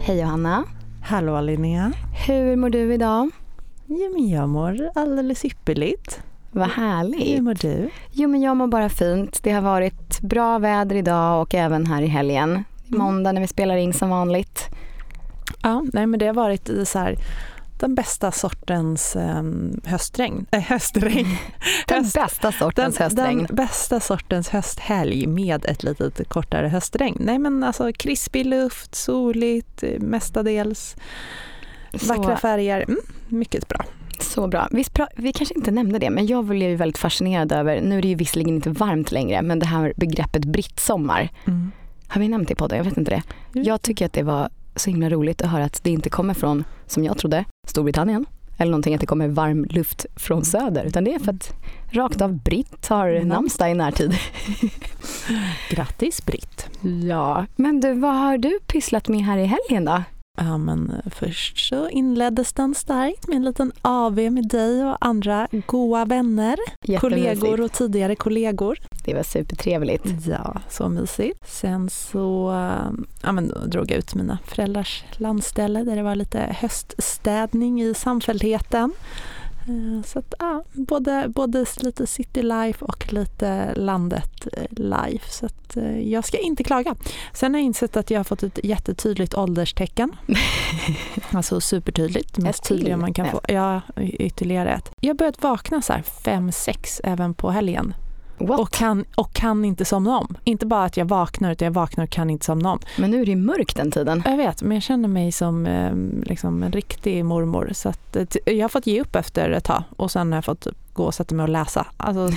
Hej Johanna. Hallå Linnea. Hur mår du idag? Jo, men jag mår alldeles ypperligt. Vad härligt. Hur mår du? Jo, men jag mår bara fint. Det har varit bra väder idag och även här i helgen. Måndag när vi spelar in som vanligt. Ja, nej, men det har varit i så här den bästa sortens höstregn. Den bästa sortens höstregn. Den bästa sortens hösthelg med ett lite kortare höstregn. Nej, men alltså krispig luft, soligt, mestadels. Vackra färger. Mycket bra. Så bra. Vi kanske inte nämnde det, men jag blev ju väldigt fascinerad över, nu är det ju visserligen inte varmt längre, men det här begreppet brittsommar. Har vi nämnt det på det? Jag vet inte det. Jag tycker att det var så himla roligt att höra att det inte kommer från, som jag trodde, Storbritannien. Eller någonting att det kommer varm luft från söder. Utan det är för att rakt av Britt har namnsdag i närtid. Grattis Britt. Ja, men du, vad har du pysslat med här i helgen då? Ja, men först så inleddes den starkt med en liten AV med dig och andra goa vänner, kollegor och tidigare kollegor. Det var supertrevligt. Ja, så mysigt. Sen så drog jag ut mina föräldrars landställe där det var lite höststädning i samfälligheten. Så att både lite city life och lite landet life. Så att jag ska inte klaga. Sen har jag insett att jag har fått ett jättetydligt ålderstecken. Alltså supertydligt. Mest tydliga man kan få. Ja, ytterligare ett. Jag har börjat vakna så här 5-6 även på helgen. Och kan inte somna om. Inte bara att jag vaknar, utan jag vaknar och kan inte somna om. Men nu är det mörkt den tiden. Jag vet, men jag känner mig som en riktig mormor. Så att, jag har fått ge upp efter ett tag. Och sen har jag fått gå och sätta mig och läsa. Alltså,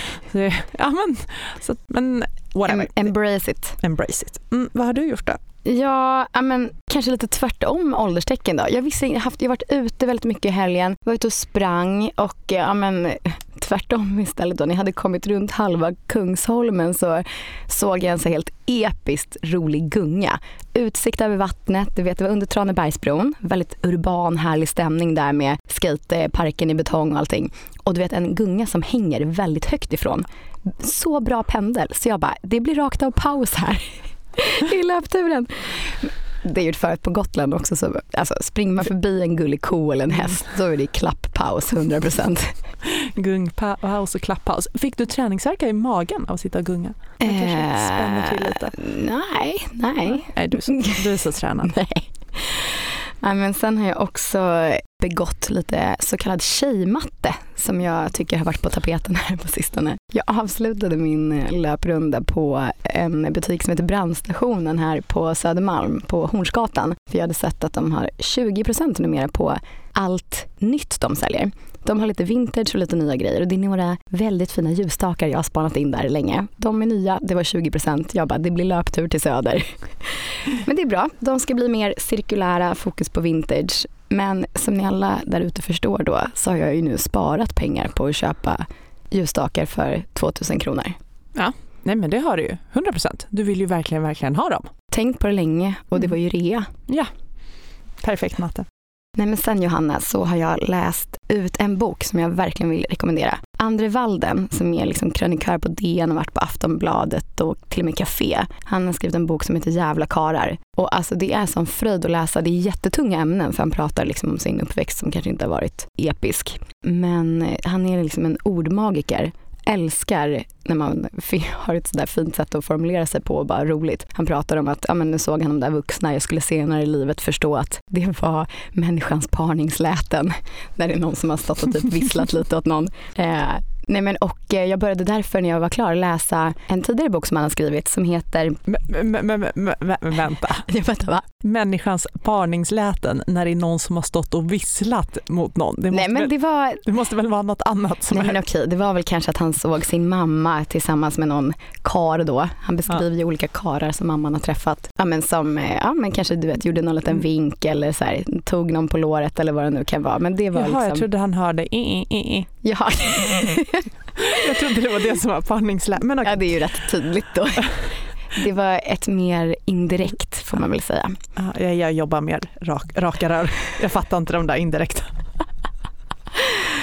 men whatever. Embrace it. Embrace it. Vad har du gjort då? Ja, men kanske lite tvärtom ålderstecken då. Jag har varit ute väldigt mycket i helgen. Var ute och sprang och tvärtom istället då. När jag hade kommit runt halva Kungsholmen så såg jag en så helt episkt rolig gunga. Utsikt över vattnet, du vet, det var under Tranebergsbron. Väldigt urban, härlig stämning där med skateparken i betong och allting. Och du vet, en gunga som hänger väldigt högt ifrån. Så bra pendel. Så jag bara, det blir rakt av paus här. I löpturen. Det är ju förut på Gotland också. Så, alltså, springer man förbi en gullig ko eller en häst, då är det klapppaus 100%. Gungpaus och klapppaus. Fick du träningsvärkar i magen av att sitta och gunga? Det kanske spänner till lite. Nej. Nej, du är så tränad. Nej. Ja, men sen har jag också begått lite så kallad tjejmatte som jag tycker har varit på tapeten här på sistone. Jag avslutade min löprunda på en butik som heter Brandstationen här på Södermalm på Hornsgatan. För jag hade sett att de har 20% numera på allt nytt de säljer. De har lite vintage och lite nya grejer och det är några väldigt fina ljusstakar jag har spanat in där länge. De är nya, det var 20%. Jag bara, det blir löptur till söder. Men det är bra. De ska bli mer cirkulära, fokus på vintage. Men som ni alla där ute förstår då så har jag ju nu sparat pengar på att köpa ljusstakar för 2000 kronor. Ja, nej men det har du ju. 100%. Du vill ju verkligen ha dem. Tänkt på det länge och det var ju rea. Ja, perfekt matte. Nej, men sen Johanna så har jag läst ut en bok som jag verkligen vill rekommendera. Andre Walden som är liksom krönikör på DN och varit på Aftonbladet och till och med Café. Han har skrivit en bok som heter Jävla karar. Och alltså det är som fröjd att läsa. Det är jättetunga ämnen för han pratar liksom om sin uppväxt som kanske inte har varit episk. Men han är liksom en ordmagiker. Älskar när man har ett sådär fint sätt att formulera sig på och bara roligt. Han pratar om att nu såg han de där vuxna, jag skulle senare i livet förstå att det var människans parningsläten när det är någon som har stått och typ visslat lite åt någon. Jag började därför när jag var klar läsa en tidigare bok som han har skrivit som heter... Vänta. Vänta, va? Människans parningsläten när det är någon som har stått och visslat mot någon. Det måste väl vara något annat som okej, det var väl kanske att han såg sin mamma tillsammans med någon kar då. Han beskriver ju olika karar som mamman har träffat. Men kanske du vet gjorde någon liten vink eller så här, tog någon på låret eller vad det nu kan vara. Men det var jag trodde han hörde Ja. Jag trodde det var det som var parningsläten. Men okay. Ja, det är ju rätt tydligt då. Det var ett mer indirekt får man väl säga. Ja, jag jobbar mer raka rör. Jag fattar inte de där indirekta.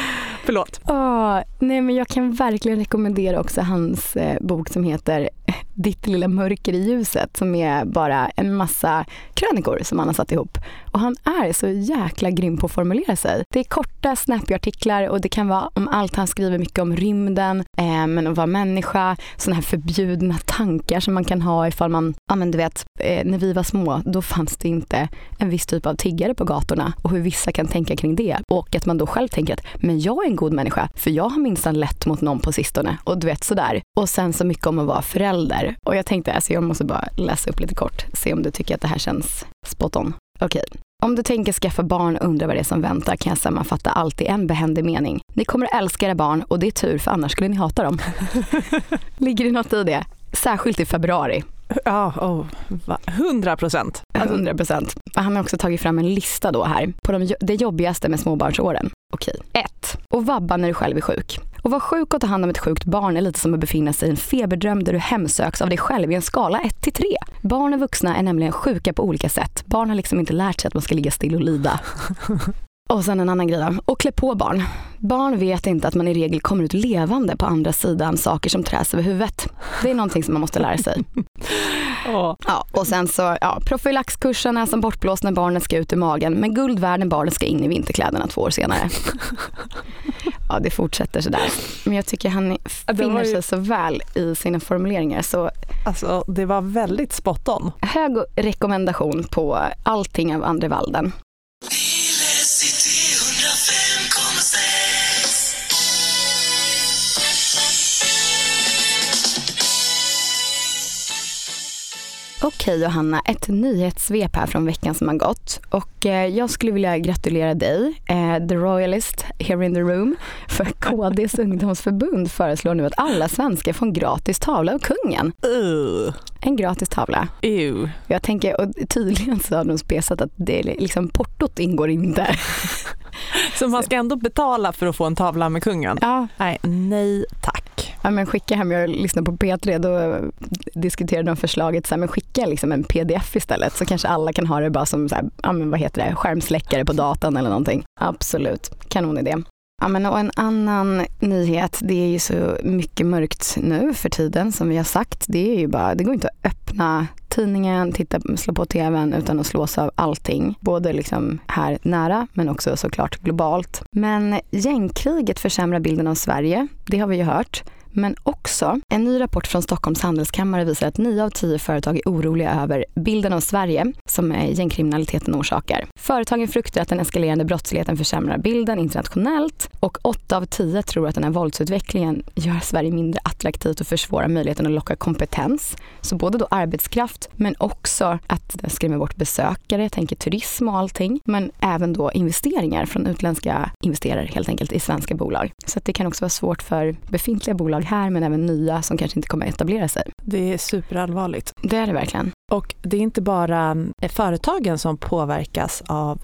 Förlåt. Nej, men jag kan verkligen rekommendera också hans bok som heter Ditt lilla mörker i ljuset, som är bara en massa krönikor som han har satt ihop. Och han är så jäkla grym på att formulera sig. Det är korta, snappy artiklar och det kan vara om allt. Han skriver mycket om rymden, men att vara människa, sådana här förbjudna tankar som man kan ha ifall man, ja men du vet, när vi var små, då fanns det inte en viss typ av tiggare på gatorna och hur vissa kan tänka kring det. Och att man då själv tänker att, men jag är en god människa för jag har minsann lätt mot någon på sistone. Och du vet sådär. Och sen så mycket om att vara förälder. Och jag tänkte, alltså jag måste bara läsa upp lite kort. Se om du tycker att det här känns spot on. Okej. Om du tänker skaffa barn och undrar vad det är som väntar kan jag sammanfatta allt i en behändig mening. Ni kommer att älska era barn och det är tur för annars skulle ni hata dem. Ligger det något i det? Särskilt i februari. Ja, 100%. 100%. Han har också tagit fram en lista då här på det jobbigaste med småbarnsåren. Okej. 1. Och vabba när du själv är sjuk. Och vara sjuk och ta hand om ett sjukt barn är lite som att befinna sig i en feberdröm där du hemsöks av dig själv i en skala 1-3. Barn och vuxna är nämligen sjuka på olika sätt. Barn har liksom inte lärt sig att man ska ligga still och lida. Och sen en annan grej då. Och klä på barn. Barn vet inte att man i regel kommer ut levande på andra sidan saker som träs över huvudet. Det är någonting som man måste lära sig. Ja, och sen så, profylaxkursen är som bortblåst när barnet ska ut i magen. Men guld värd när barnet ska in i vinterkläderna 2 år senare. Ja, det fortsätter sådär. Men jag tycker han finner sig så väl i sina formuleringar. Så alltså, det var väldigt spot on. Hög rekommendation på allting av Andre Walden. Okej Johanna, ett nyhetssvep här från veckan som har gått. Och jag skulle vilja gratulera dig, The Royalist here in the room, för KDs ungdomsförbund föreslår nu att alla svenskar får en gratis tavla av kungen. En gratis tavla. Jag tänker, och tydligen så har de spesat att det liksom, portot ingår inte. Så man ska ändå betala för att få en tavla med kungen? Ja. Nej tack. Ja, men skicka hem, jag lyssnar på P3, då diskuterade de förslaget så här, men skicka liksom en pdf istället så kanske alla kan ha det bara som så här, ja, men vad heter det, skärmsläckare på datan eller någonting. Absolut, kanonidé. Ja, men och en annan nyhet, det är ju så mycket mörkt nu för tiden som vi har sagt. Det är ju bara, det går inte att öppna tidningen, slå på tvn utan att slås av allting. Både liksom här nära men också såklart globalt. Men gängkriget försämrar bilden av Sverige, det har vi ju hört. Men också en ny rapport från Stockholms handelskammare visar att 9 av 10 företag är oroliga över bilden av Sverige som gängkriminaliteten orsakar. Företagen fruktar att den eskalerande brottsligheten försämrar bilden internationellt och 8 av 10 tror att den här våldsutvecklingen gör Sverige mindre attraktivt och försvårar möjligheten att locka kompetens. Så både då arbetskraft men också att den skrämmer bort besökare, jag tänker turism och allting. Men även då investeringar från utländska investerare helt enkelt i svenska bolag. Så att det kan också vara svårt för befintliga bolag här men även nya som kanske inte kommer att etablera sig. Det är superallvarligt. Det är det verkligen. Och det är inte bara företagen som påverkas av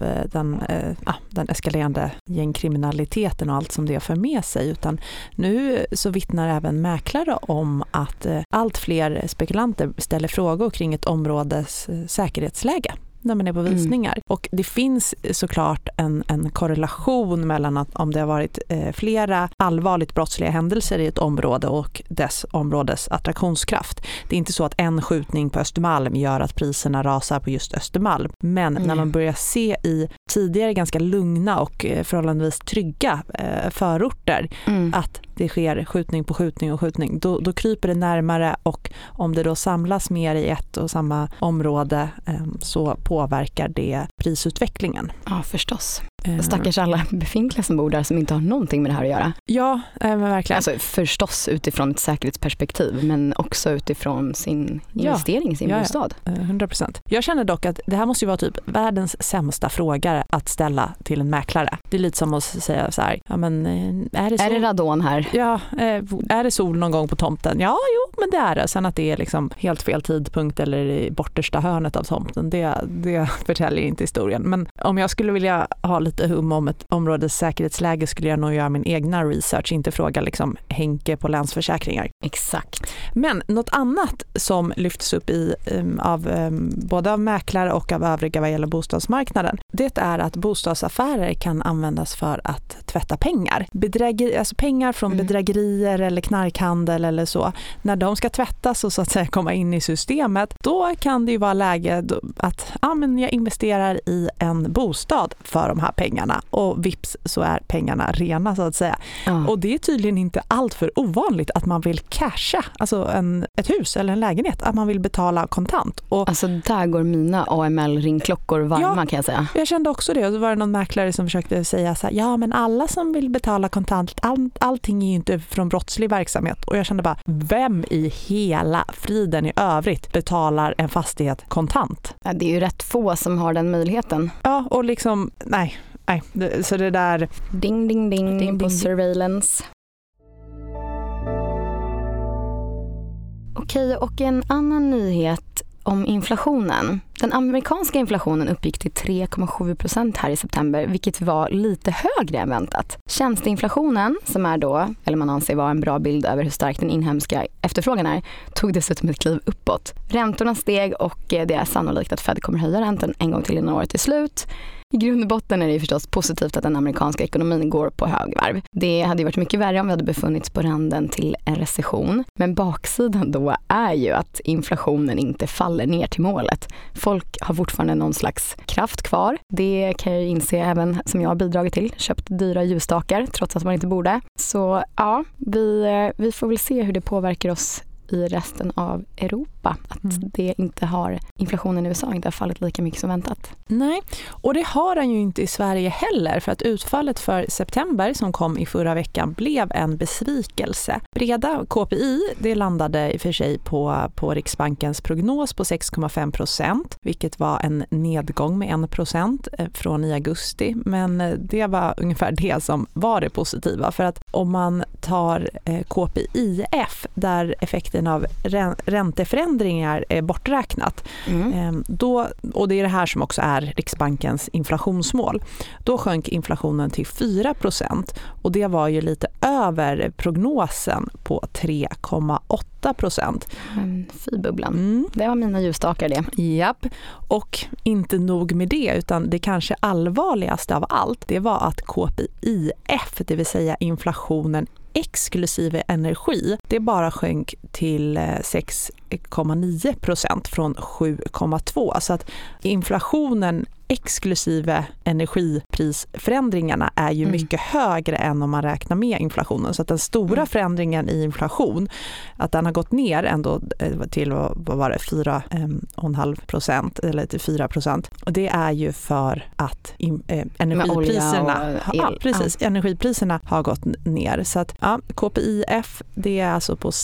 den eskalerande gängkriminaliteten och allt som det för med sig, utan nu så vittnar även mäklare om att allt fler spekulanter ställer frågor kring ett områdes säkerhetsläge när man är på visningar. Och det finns såklart en korrelation mellan att om det har varit flera allvarligt brottsliga händelser i ett område och dess områdes attraktionskraft. Det är inte så att en skjutning på Östermalm gör att priserna rasar på just Östermalm. Men när man börjar se i tidigare ganska lugna och förhållandevis trygga förorter att det sker skjutning på skjutning och skjutning, då kryper det närmare, och om det då samlas mer i ett och samma område så påverkar det prisutvecklingen. Ja, förstås. Stackars alla befintliga som bor där som inte har någonting med det här att göra. Ja, men verkligen. Alltså förstås utifrån ett säkerhetsperspektiv, men också utifrån sin investering i sin bostad. 100%. Jag känner dock att det här måste ju vara typ världens sämsta fråga att ställa till en mäklare. Det är lite som att säga så här, ja men är det radon här? Ja, är det sol någon gång på tomten? Ja, jo, men det är det. Sen att det är liksom helt fel tidpunkt eller i bortersta hörnet av tomten, det förtäljer inte historien. Men om jag skulle vilja ha lite lite hum om ett områdes säkerhetsläge skulle jag nog göra min egna research, inte fråga liksom Henke på Länsförsäkringar. Exakt. Men något annat som lyfts upp både av mäklare och av övriga vad gäller bostadsmarknaden, det är att bostadsaffärer kan användas för att tvätta pengar. Alltså pengar från bedrägerier eller knarkhandel eller så. När de ska tvättas och så att säga komma in i systemet, då kan det ju vara läge att jag investerar i en bostad för de här pengarna och vips så är pengarna rena så att säga. Och det är tydligen inte allt för ovanligt att man vill casha, alltså ett hus eller en lägenhet, att man vill betala kontant. Och alltså där går mina AML-ringklockor varma kan jag säga. Jag kände också det och så var det någon mäklare som försökte säga så här, men alla som vill betala kontant, allting är ju inte från brottslig verksamhet. Och jag kände bara, vem i hela friden i övrigt betalar en fastighet kontant? Ja, det är ju rätt få som har den möjligheten. Ja, och liksom, nej. Så det där... Ding, ding, ding, ding på surveillance. Okej, och en annan nyhet om inflationen. Den amerikanska inflationen uppgick till 3,7% här i september, vilket var lite högre än väntat. Tjänsteinflationen, som är då, eller man anser vara en bra bild över hur stark den inhemska efterfrågan är, tog dessutom ett kliv uppåt. Räntorna steg och det är sannolikt att Fed kommer höja räntan en gång till innan året är slut. I grund och botten är det förstås positivt att den amerikanska ekonomin går på högvarv. Det hade ju varit mycket värre om vi hade befunnits på randen till en recession. Men baksidan då är ju att inflationen inte faller ner till målet. Folk har fortfarande någon slags kraft kvar. Det kan jag inse även som jag har bidragit till. Köpt dyra ljusstakar trots att man inte borde. Så ja, vi får väl se hur det påverkar oss i resten av Europa. Att det inte har, inflationen i USA inte har fallit lika mycket som väntat. Nej, och det har den ju inte i Sverige heller, för att utfallet för september som kom i förra veckan blev en besvikelse. Breda KPI, det landade i och för sig på Riksbankens prognos på 6,5%, vilket var en nedgång med 1% från i augusti, men det var ungefär det som var det positiva, för att om man tar KPIF där effekten av ränteförändringar är borträknat, då, och det är det här som också är Riksbankens inflationsmål, då sjönk inflationen till 4% och det var ju lite över prognosen på 3,8%. Fy bubblan. Det var mina ljusstakar det. Japp, och inte nog med det, utan det kanske allvarligaste av allt, det var att KPIF, det vill säga inflationen exklusive energi, det bara sjönk till 6,9% från 7,2%. Så att inflationen exklusive energiprisförändringarna är ju mycket högre än om man räknar med inflationen. Så att den stora förändringen i inflation, att den har gått ner ändå till, vad var det, 4,5% eller till 4%. Och det är ju för att energipriserna har gått ner. Så att KPIF, det är alltså på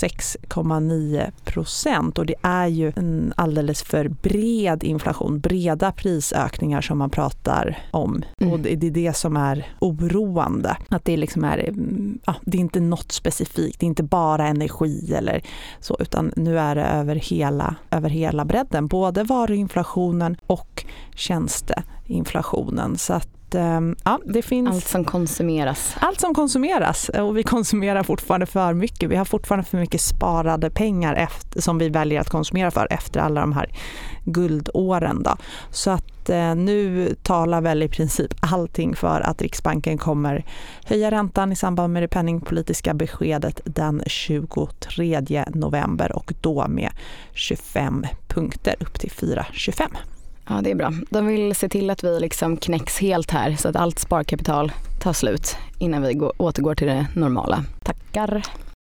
6,9% och det är ju en alldeles för bred inflation, breda prisökningar som man pratar om. Och det är det som är oroande. Att det liksom är, det är inte något specifikt, det är inte bara energi eller så, utan nu är det över hela bredden. Både varuinflationen och tjänsteinflationen. Så att det finns allt som konsumeras och vi konsumerar fortfarande för mycket. Vi har fortfarande för mycket sparade pengar som vi väljer att konsumera för efter alla de här guldåren då. Så att nu talar väl i princip allting för att Riksbanken kommer höja räntan i samband med det penningpolitiska beskedet den 23 november och då med 25 punkter upp till 4,25. Ja, det är bra. De vill se till att vi liksom knäcks helt här så att allt sparkapital tar slut innan vi återgår till det normala. Tackar.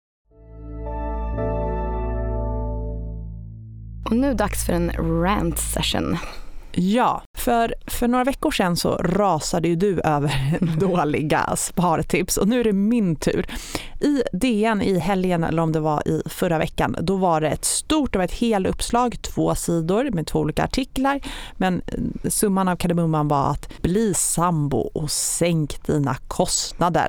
Och nu dags för en rant session. Ja, för några veckor sedan så rasade ju du över dåliga spartips och nu är det min tur. I DN i helgen, eller om det var i förra veckan, då var det det var ett heluppslag, 2 sidor med 2 olika artiklar, men summan av kardemumman var att bli sambo och sänk dina kostnader.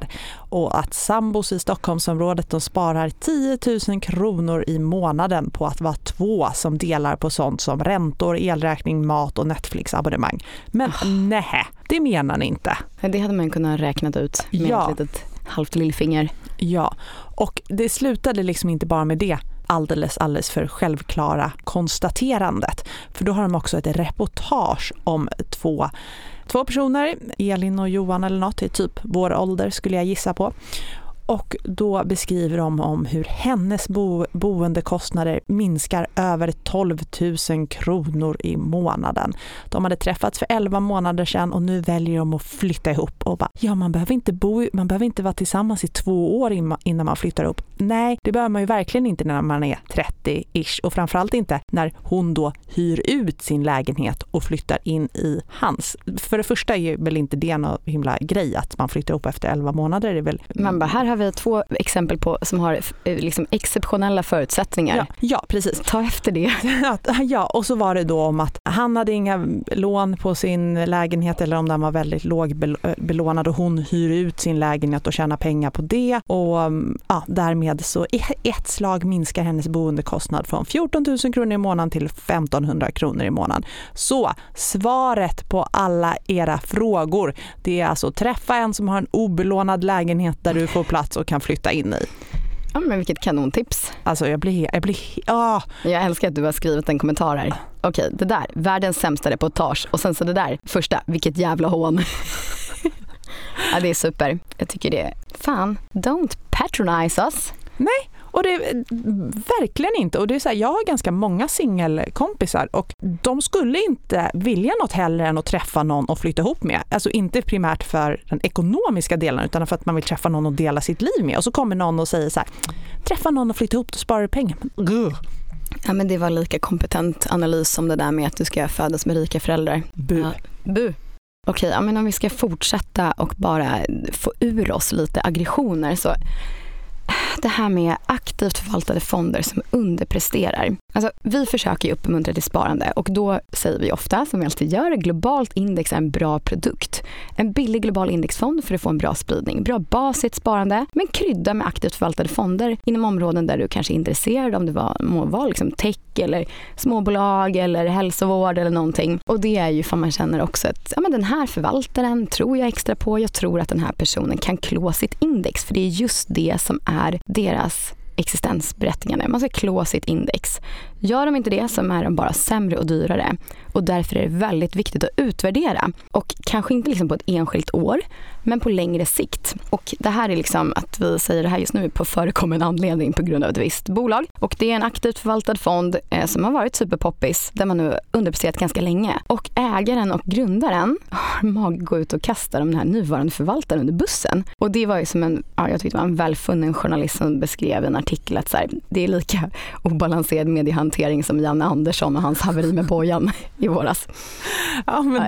och att sambos i Stockholmsområdet de sparar 10 000 kronor i månaden på att vara 2 som delar på sånt som räntor, elräkning, mat och Netflix-abonnemang. Men nej, det menar ni inte. Det hade man kunnat räknat ut med ett litet halvt lillfinger. Ja, och det slutade liksom inte bara med det alldeles för självklara konstaterandet. För då har de också ett reportage om två personer, Elin och Johan eller något, i typ vår ålder skulle jag gissa på. Och då beskriver de om hur hennes boendekostnader minskar över 12 000 kronor i månaden. De hade träffats för 11 månader sedan och nu väljer de att flytta ihop. Och bara, ja, man behöver inte vara tillsammans i 2 år innan man flyttar ihop. Nej, det behöver man ju verkligen inte när man är 30-ish. Och framförallt inte när hon då hyr ut sin lägenhet och flyttar in i hans. För det första är väl inte det någon himla grej att man flyttar ihop efter 11 månader. Det är väl... Man bara, här har vi 2 exempel på som har liksom exceptionella förutsättningar. Ja, precis. Ta efter det. Ja, och så var det då om att han hade inga lån på sin lägenhet eller om den var väldigt lågbelånad och hon hyr ut sin lägenhet och tjänar pengar på det. Och ja, därmed så i ett slag minskar hennes boendekostnad från 14 000 kronor i månaden till 1500 kronor i månaden. Så svaret på alla era frågor, det är alltså träffa en som har en obelånad lägenhet där du får plats och kan flytta in i. Ja, men vilket kanontips. Alltså jag Jag älskar att du har skrivit en kommentar här. Okej, det där, världens sämsta reportage. Och sen så det där, första, vilket jävla hån. Ja, det är super. Jag tycker det är, fan, don't patronize us. Nej, och det är verkligen inte. Och det är så här, jag har ganska många singelkompisar och de skulle inte vilja något hellre än att träffa någon och flytta ihop med. Alltså inte primärt för den ekonomiska delen utan för att man vill träffa någon och dela sitt liv med. Och så kommer någon och säger så här, träffa någon och flytta ihop, då sparar du pengar. Ja, men det var lika kompetent analys som det där med att du ska födas med rika föräldrar. Bu. Okej, ja, men om vi ska fortsätta och bara få ur oss lite aggressioner så det här med aktivt förvaltade fonder som underpresterar. Alltså, vi försöker ju uppmuntra till sparande och då säger vi ofta, som vi alltid gör, globalt index är en bra produkt. En billig global indexfond för att få en bra spridning. Bra bas i ett sparande, men krydda med aktivt förvaltade fonder inom områden där du kanske är intresserad, om det var liksom tech eller småbolag eller hälsovård eller någonting. Och det är ju för man känner också att ja, men den här förvaltaren tror jag extra på. Jag tror att den här personen kan klå sitt index, för det är just det som är deras existensberättigande. Man ska klå sitt index. Gör de inte det så är de bara sämre och dyrare. Och därför är det väldigt viktigt att utvärdera. Och kanske inte liksom på ett enskilt år, men på längre sikt. Och det här är liksom att vi säger det här just nu på förekommande anledning på grund av ett visst bolag. Och det är en aktivt förvaltad fond som har varit superpoppis, där man nu underpresterat ganska länge. Och ägaren och grundaren har mag att gå ut och kasta den här nuvarande förvaltaren under bussen. Och det var ju som jag tyckte det var en välfunnen journalist som beskrev en artikel att så här, det är lika obalanserad mediehantering som Janne Andersson och hans haveri med bojan i våras. Ja, men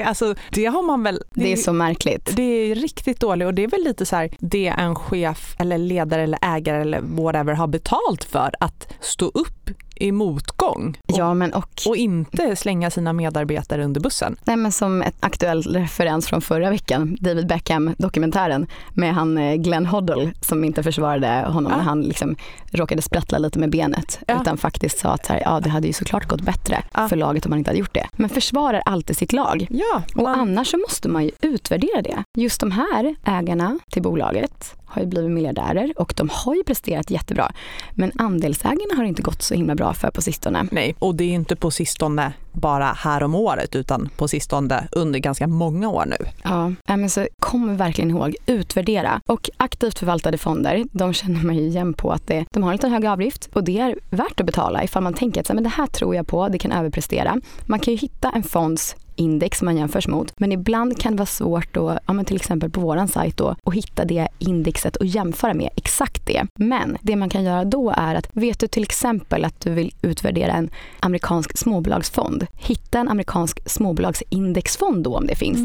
det har man väl... Det är så märkligt. Det är riktigt dåligt och det är väl lite så här, det en chef eller ledare eller ägare eller whatever har betalt för att stå upp i motgång och inte slänga sina medarbetare under bussen. Nej, men som ett aktuell referens från förra veckan, David Beckham-dokumentären med han Glenn Hoddle som inte försvarade honom när han liksom råkade sprattla lite med benet utan faktiskt sa att här, det hade ju såklart gått bättre för laget om man inte hade gjort det. Men försvarar alltid sitt lag. Och annars så måste man ju utvärdera det. Just de här ägarna till bolaget har ju blivit miljardärer och de har ju presterat jättebra. Men andelsägarna har inte gått så himla bra för på sistone. Nej, och det är inte på sistone bara här om året utan på sistone under ganska många år nu. Ja, men så kom verkligen ihåg, utvärdera. Och aktivt förvaltade fonder, de känner man ju igen på att de har en lite hög avgift och det är värt att betala ifall man tänker att men det här tror jag på, det kan överprestera. Man kan ju hitta en fonds index man jämförs mot. Men ibland kan det vara svårt då, till exempel på våran sajt då, att hitta det indexet och jämföra med exakt det. Men det man kan göra då är att, vet du till exempel att du vill utvärdera en amerikansk småbolagsfond, hitta en amerikansk småbolagsindexfond då om det finns.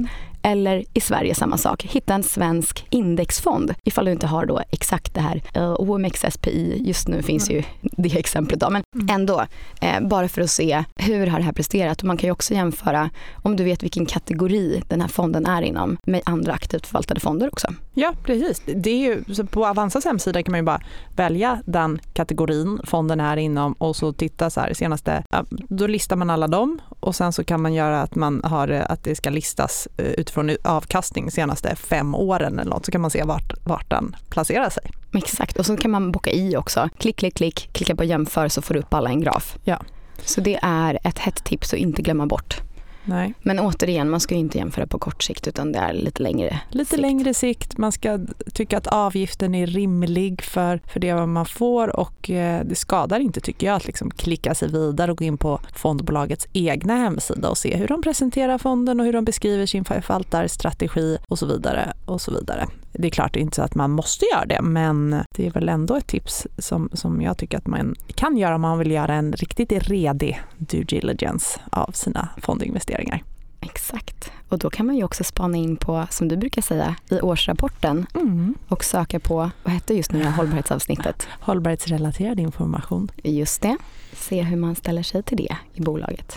Eller i Sverige samma sak. Hitta en svensk indexfond ifall du inte har då exakt det här. OMXSPI, just nu finns ju det exemplet då. Men ändå, bara för att se hur har det här presterat. Och man kan ju också jämföra om du vet vilken kategori den här fonden är inom med andra aktivt förvaltade fonder också. Ja, precis. Det är ju, så på Avanzas hemsida kan man ju bara välja den kategorin fonden är inom och så titta så här senaste, då listar man alla dem och sen så kan man göra att man har att det ska listas utifrån avkastning senaste 5 åren eller något, så kan man se vart den placerar sig. Exakt, och så kan man bocka i också. Klicka på jämför så får du upp alla en graf. Ja. Så det är ett hett tips att inte glömma bort. Nej. Men återigen, man ska ju inte jämföra på kort sikt utan det är lite längre sikt. Längre sikt. Man ska tycka att avgiften är rimlig för det man får och det skadar inte tycker jag att liksom klicka sig vidare och gå in på fondbolagets egna hemsida och se hur de presenterar fonden och hur de beskriver sin förvaltarstrategi och så vidare och så vidare. Det är klart inte så att man måste göra det, men det är väl ändå ett tips som jag tycker att man kan göra om man vill göra en riktigt redig due diligence av sina fondinvesteringar. Exakt. Och då kan man ju också spana in på, som du brukar säga, i årsrapporten och söka på, vad heter just nu det här hållbarhetsavsnittet? Hållbarhetsrelaterad information. Just det. Se hur man ställer sig till det i bolaget.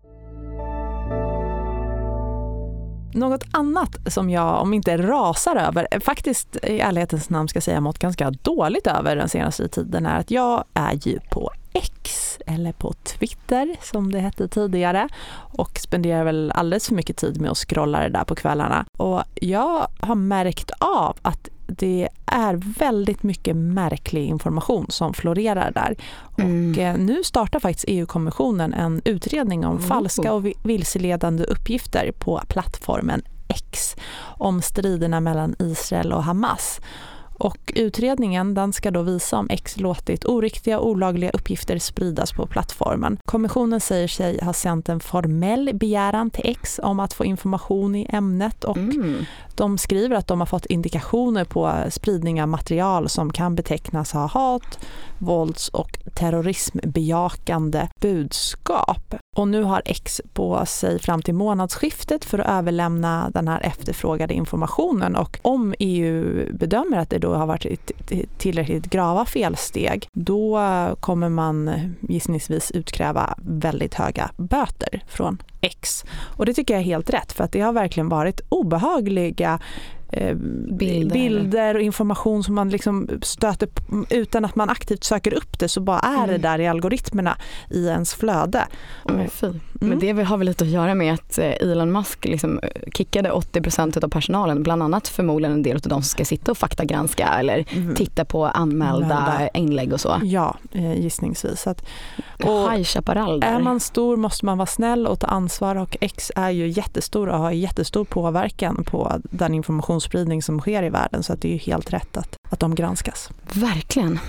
Något annat som jag, om inte rasar över, faktiskt i ärlighetens namn ska säga mått ganska dåligt över den senaste tiden är att jag är ju på X eller på Twitter som det hette tidigare och spenderar väl alldeles för mycket tid med att scrolla det där på kvällarna. Och jag har märkt av att det är väldigt mycket märklig information som florerar där. Och nu startar faktiskt EU-kommissionen en utredning om falska och vilseledande uppgifter på plattformen X om striderna mellan Israel och Hamas. Och utredningen den ska då visa om X låtit oriktiga och olagliga uppgifter spridas på plattformen. Kommissionen säger sig ha sänt en formell begäran till X om att få information i ämnet och de skriver att de har fått indikationer på spridning av material som kan betecknas ha hat, vålds- och terrorismbejakande budskap. Och nu har X på sig fram till månadsskiftet för att överlämna den här efterfrågade informationen och om EU bedömer att det då har varit tillräckligt grava felsteg, då kommer man gissningsvis utkräva väldigt höga böter från X. Och det tycker jag är helt rätt för att det har verkligen varit obehagliga bilder och information som man liksom stöter utan att man aktivt söker upp det så bara är det där i algoritmerna i ens flöde. Men det har väl lite att göra med att Elon Musk liksom kickade 80% av personalen, bland annat förmodligen en del av de som ska sitta och faktagranska eller titta på anmälda inlägg och så. Ja, gissningsvis. High Chaparral där. Är man stor måste man vara snäll och ta ansvar och X är ju jättestor och har jättestor påverkan på den informationsspridning som sker i världen så att det är ju helt rätt att de granskas. Verkligen.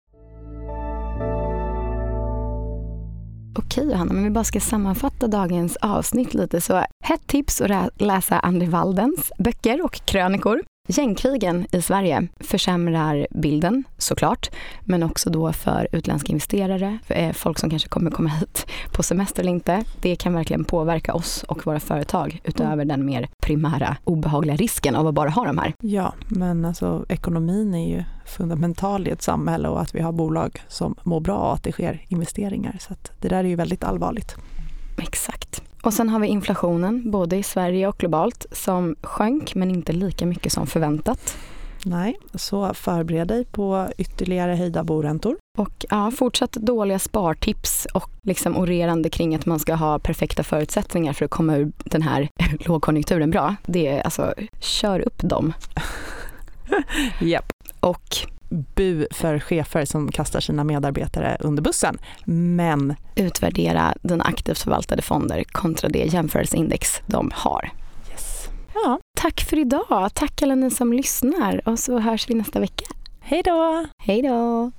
Okej Johanna, men vi bara ska sammanfatta dagens avsnitt lite så ett tips att läsa André Waldens böcker och krönikor. Gängkrigen i Sverige försämrar bilden såklart, men också då för utländska investerare, för folk som kanske kommer komma hit på semester eller inte. Det kan verkligen påverka oss och våra företag utöver den mer primära obehagliga risken av att bara ha de här. Ja, men alltså ekonomin är ju fundamental i ett samhälle och att vi har bolag som mår bra och att det sker investeringar. Så att det där är ju väldigt allvarligt. Exakt. Och sen har vi inflationen, både i Sverige och globalt, som sjönk men inte lika mycket som förväntat. Nej, så förbered dig på ytterligare höjda boräntor. Och ja, fortsatt dåliga spartips och liksom orerande kring att man ska ha perfekta förutsättningar för att komma ur den här lågkonjunkturen bra. Det är alltså, kör upp dem. Japp. Och bu för chefer som kastar sina medarbetare under bussen. Men utvärdera den aktivt förvaltade fonder kontra det jämförelseindex de har. Yes. Ja. Tack för idag. Tack alla ni som lyssnar och så hörs vi nästa vecka. Hej då! Hej då!